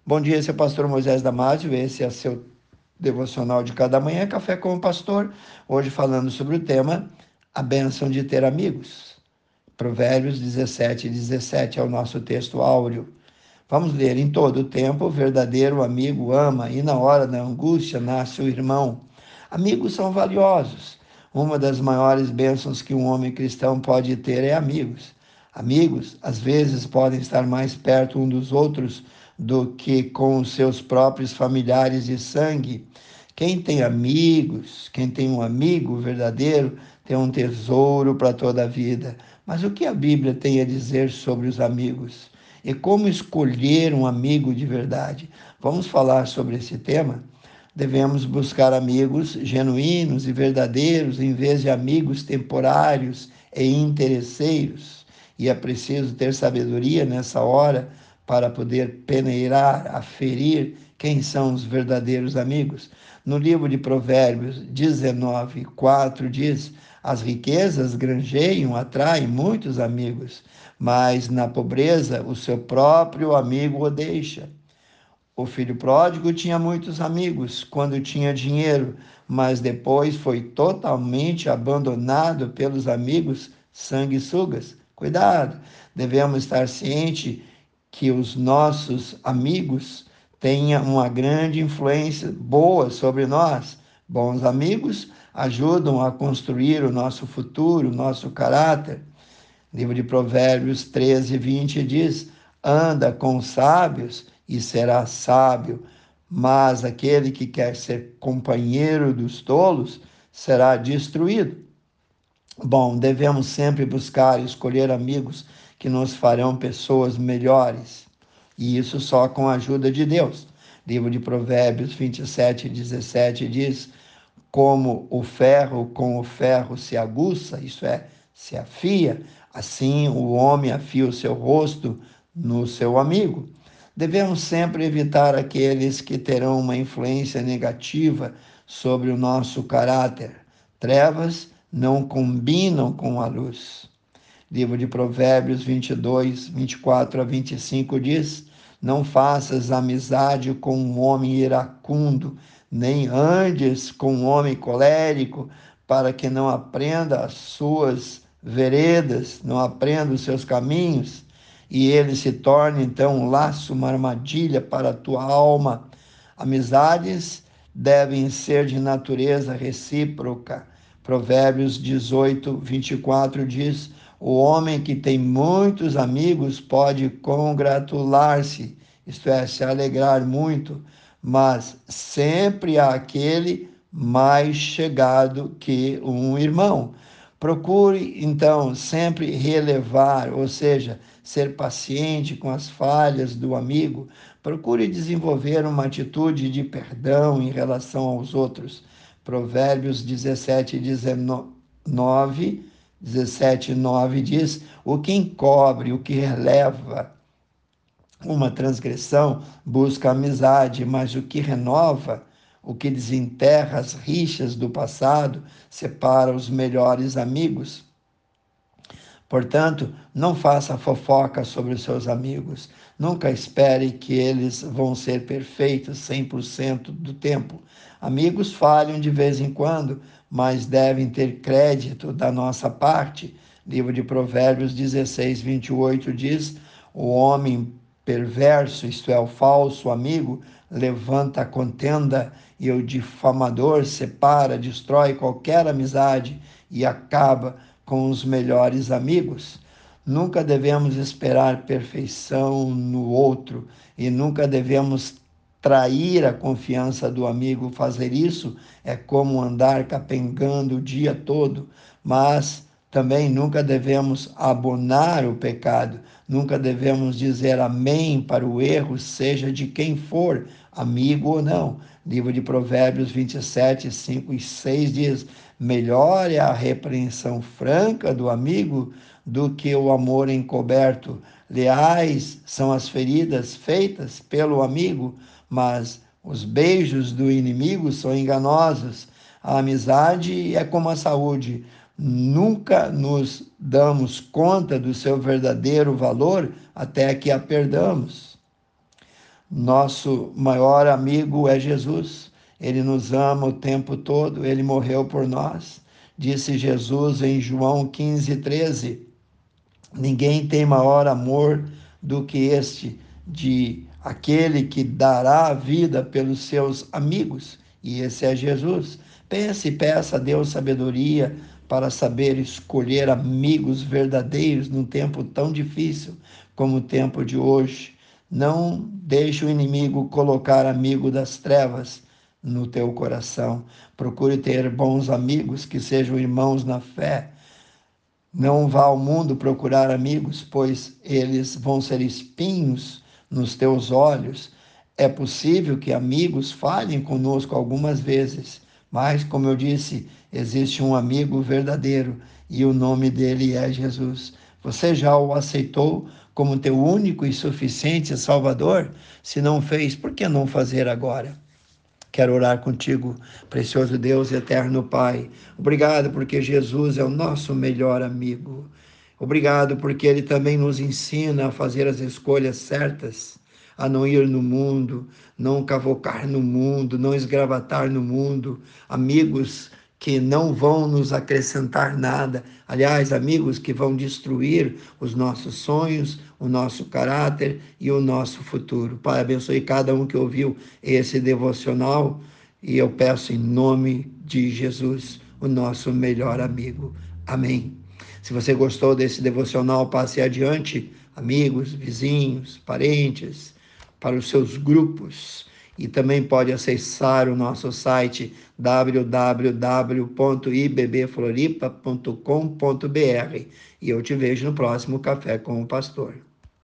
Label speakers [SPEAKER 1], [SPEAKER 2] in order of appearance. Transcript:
[SPEAKER 1] Bom dia, esse é o pastor Moisés Damásio, esse é seu devocional de cada manhã, Café com o Pastor, hoje falando sobre o tema, a bênção de ter amigos. Provérbios 17:17 é o nosso texto áureo. Vamos ler: em todo o tempo, o verdadeiro amigo ama, e na hora da angústia nasce o irmão. Amigos são valiosos. Uma das maiores bênçãos que um homem cristão pode ter é amigos. Amigos, às vezes, podem estar mais perto um dos outros do que com os seus próprios familiares de sangue. Quem tem amigos, quem tem um amigo verdadeiro, tem um tesouro para toda a vida. Mas o que a Bíblia tem a dizer sobre os amigos? E como escolher um amigo de verdade? Vamos falar sobre esse tema? Devemos buscar amigos genuínos e verdadeiros em vez de amigos temporários e interesseiros. E é preciso ter sabedoria nessa hora para poder peneirar, aferir quem são os verdadeiros amigos. No livro de Provérbios 19:4 diz: as riquezas granjeiam, atraem muitos amigos, mas na pobreza o seu próprio amigo o deixa. O filho pródigo tinha muitos amigos quando tinha dinheiro, mas depois foi totalmente abandonado pelos amigos sanguessugas. Cuidado, devemos estar cientes que os nossos amigos tenham uma grande influência boa sobre nós. Bons amigos ajudam a construir o nosso futuro, o nosso caráter. Livro de Provérbios 13:20 diz: anda com os sábios e será sábio, mas aquele que quer ser companheiro dos tolos será destruído. Bom, devemos sempre buscar e escolher amigos que nos farão pessoas melhores, e isso só com a ajuda de Deus. Livro de Provérbios 27:17 diz: como o ferro com o ferro se aguça, isso é, se afia, assim o homem afia o seu rosto no seu amigo. Devemos sempre evitar aqueles que terão uma influência negativa sobre o nosso caráter. Trevas não combinam com a luz. Livro de Provérbios 22:24-25 diz: não faças amizade com um homem iracundo, nem andes com um homem colérico, para que não aprenda as suas veredas, não aprenda os seus caminhos, e ele se torne então um laço, uma armadilha para a tua alma. Amizades devem ser de natureza recíproca. Provérbios 18:24 diz: o homem que tem muitos amigos pode congratular-se, isto é, se alegrar muito, mas sempre há aquele mais chegado que um irmão. Procure, então, sempre relevar, ou seja, ser paciente com as falhas do amigo. Procure desenvolver uma atitude de perdão em relação aos outros. Provérbios 17:9 diz: o que encobre, o que releva uma transgressão, busca amizade, mas o que renova, o que desenterra as rixas do passado, separa os melhores amigos. Portanto, não faça fofoca sobre os seus amigos. Nunca espere que eles vão ser perfeitos 100% do tempo. Amigos falham de vez em quando, mas devem ter crédito da nossa parte. Livro de Provérbios 16:28 diz: o homem perverso, isto é, o falso amigo, levanta a contenda, e o difamador separa, destrói qualquer amizade e acaba com os melhores amigos. Nunca devemos esperar perfeição no outro e nunca devemos trair a confiança do amigo. Fazer isso é como andar capengando o dia todo, mas também nunca devemos abonar o pecado, nunca devemos dizer amém para o erro, seja de quem for, amigo ou não. Livro de Provérbios 27:5-6 diz: melhor é a repreensão franca do amigo do que o amor encoberto. Leais são as feridas feitas pelo amigo, mas os beijos do inimigo são enganosos. A amizade é como a saúde. Nunca nos damos conta do seu verdadeiro valor até que a perdamos. Nosso maior amigo é Jesus. Ele nos ama o tempo todo, ele morreu por nós. Disse Jesus em João 15:13: ninguém tem maior amor do que este, de aquele que dará a vida pelos seus amigos, e esse é Jesus. Pense e peça a Deus sabedoria para saber escolher amigos verdadeiros num tempo tão difícil como o tempo de hoje. Não deixe o inimigo colocar amigo das trevas no teu coração. Procure ter bons amigos que sejam irmãos na fé. Não vá ao mundo procurar amigos, pois eles vão ser espinhos nos teus olhos. É possível que amigos falhem conosco algumas vezes, mas, como eu disse, existe um amigo verdadeiro e o nome dele é Jesus. Você já o aceitou como teu único e suficiente Salvador? Se não fez, por que não fazer agora? Quero orar contigo, precioso Deus e eterno Pai. Obrigado porque Jesus é o nosso melhor amigo. Obrigado porque Ele também nos ensina a fazer as escolhas certas, a não ir no mundo, não cavocar no mundo, não esgravatar no mundo. Amigos que não vão nos acrescentar nada. Aliás, amigos que vão destruir os nossos sonhos, o nosso caráter e o nosso futuro. Pai, abençoe cada um que ouviu esse devocional e eu peço em nome de Jesus, o nosso melhor amigo. Amém. Se você gostou desse devocional, passe adiante, amigos, vizinhos, parentes, para os seus grupos. E também pode acessar o nosso site www.ibbfloripa.com.br. E eu te vejo no próximo Café com o Pastor.